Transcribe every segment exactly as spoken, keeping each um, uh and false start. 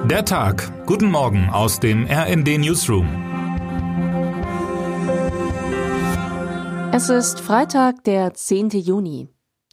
Der Tag. Guten Morgen aus dem R N D Newsroom. Es ist Freitag, der zehnten Juni.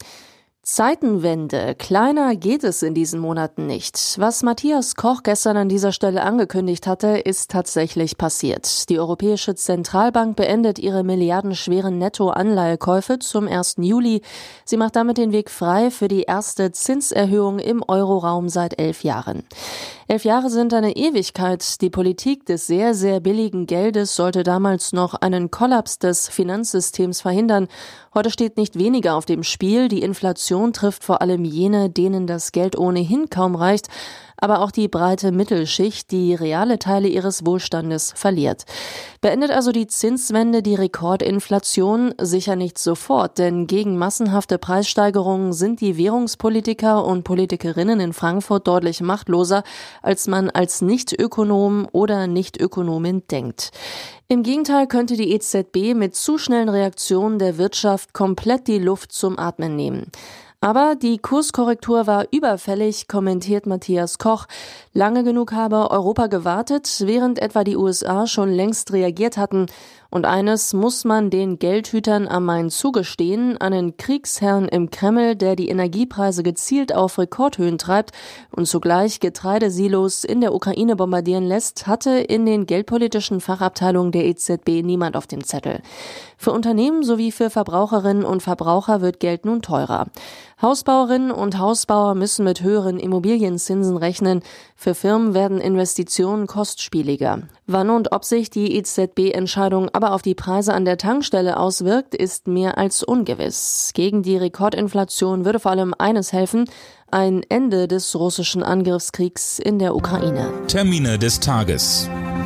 Zeitenwende. Kleiner geht es in diesen Monaten nicht. Was Matthias Koch gestern an dieser Stelle angekündigt hatte, ist tatsächlich passiert. Die Europäische Zentralbank beendet ihre milliardenschweren Nettoanleihekäufe zum ersten Juli. Sie macht damit den Weg frei für die erste Zinserhöhung im Euroraum seit elf Jahren. Elf Jahre sind eine Ewigkeit. Die Politik des sehr, sehr billigen Geldes sollte damals noch einen Kollaps des Finanzsystems verhindern. Heute steht nicht weniger auf dem Spiel. Die Inflation trifft vor allem jene, denen das Geld ohnehin kaum reicht, aber auch die breite Mittelschicht, die reale Teile ihres Wohlstandes verliert. Beendet also die Zinswende die Rekordinflation? Sicher nicht sofort, denn gegen massenhafte Preissteigerungen sind die Währungspolitiker und Politikerinnen in Frankfurt deutlich machtloser, als man als Nicht-Ökonom oder Nicht-Ökonomin denkt. Im Gegenteil könnte die E Z B mit zu schnellen Reaktionen der Wirtschaft komplett die Luft zum Atmen nehmen. Aber die Kurskorrektur war überfällig, kommentiert Matthias Koch. Lange genug habe Europa gewartet, während etwa die U S A schon längst reagiert hatten. Und eines muss man den Geldhütern am Main zugestehen: einen Kriegsherrn im Kreml, der die Energiepreise gezielt auf Rekordhöhen treibt und zugleich Getreidesilos in der Ukraine bombardieren lässt, hatte in den geldpolitischen Fachabteilungen der E Z B niemand auf dem Zettel. Für Unternehmen sowie für Verbraucherinnen und Verbraucher wird Geld nun teurer. Hausbauerinnen und Hausbauer müssen mit höheren Immobilienzinsen rechnen. Für Firmen werden Investitionen kostspieliger. Wann und ob sich die E Z B-Entscheidung aber auf die Preise an der Tankstelle auswirkt, ist mehr als ungewiss. Gegen die Rekordinflation würde vor allem eines helfen: ein Ende des russischen Angriffskriegs in der Ukraine. Termine des Tages.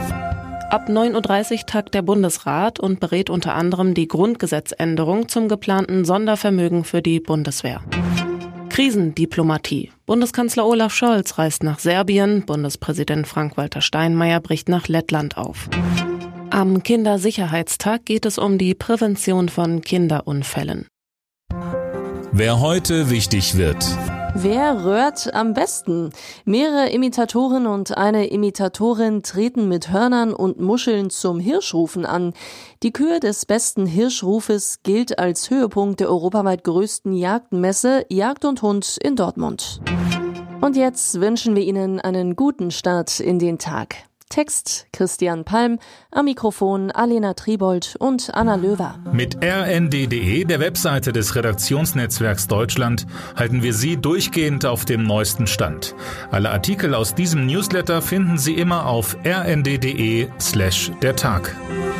Ab neun Uhr dreißig tagt der Bundesrat und berät unter anderem die Grundgesetzänderung zum geplanten Sondervermögen für die Bundeswehr. Krisendiplomatie. Bundeskanzler Olaf Scholz reist nach Serbien, Bundespräsident Frank-Walter Steinmeier bricht nach Lettland auf. Am Kindersicherheitstag geht es um die Prävention von Kinderunfällen. Wer heute wichtig wird. Wer röhrt am besten? Mehrere Imitatoren und eine Imitatorin treten mit Hörnern und Muscheln zum Hirschrufen an. Die Kür des besten Hirschrufes gilt als Höhepunkt der europaweit größten Jagdmesse Jagd und Hund in Dortmund. Und jetzt wünschen wir Ihnen einen guten Start in den Tag. Text Christian Palm, am Mikrofon Alena Tribold und Anna Löwer. Mit R N D punkt D E, der Webseite des Redaktionsnetzwerks Deutschland, halten wir Sie durchgehend auf dem neuesten Stand. Alle Artikel aus diesem Newsletter finden Sie immer auf r n d punkt d e slash der Tag.